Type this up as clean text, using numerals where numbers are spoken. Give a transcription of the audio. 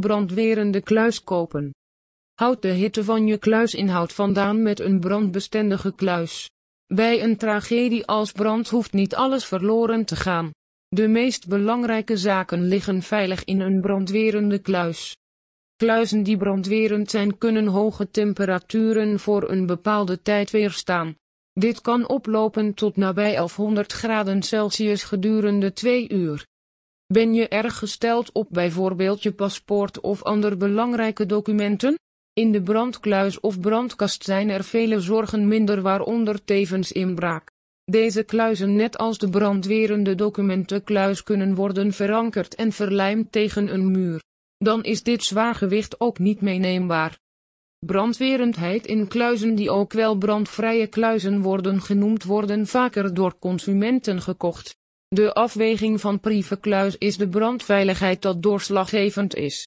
brandwerende kluis kopen. Houd de hitte van je kluisinhoud vandaan met een brandbestendige kluis. Bij een tragedie als brand hoeft niet alles verloren te gaan. De meest belangrijke zaken liggen veilig in een brandwerende kluis. Kluizen die brandwerend zijn kunnen hoge temperaturen voor een bepaalde tijd weerstaan. Dit kan oplopen tot nabij 1100 graden Celsius gedurende 2 uur. Ben je erg gesteld op bijvoorbeeld je paspoort of andere belangrijke documenten? In de brandkluis of brandkast zijn er vele zorgen minder, waaronder tevens inbraak. Deze kluizen, net als de brandwerende documentenkluis, kunnen worden verankerd en verlijmd tegen een muur. Dan is dit zwaargewicht ook niet meeneembaar. Brandwerendheid in kluizen, die ook wel brandvrije kluizen worden genoemd, worden vaker door consumenten gekocht. De afweging van privekluis is de brandveiligheid dat doorslaggevend is.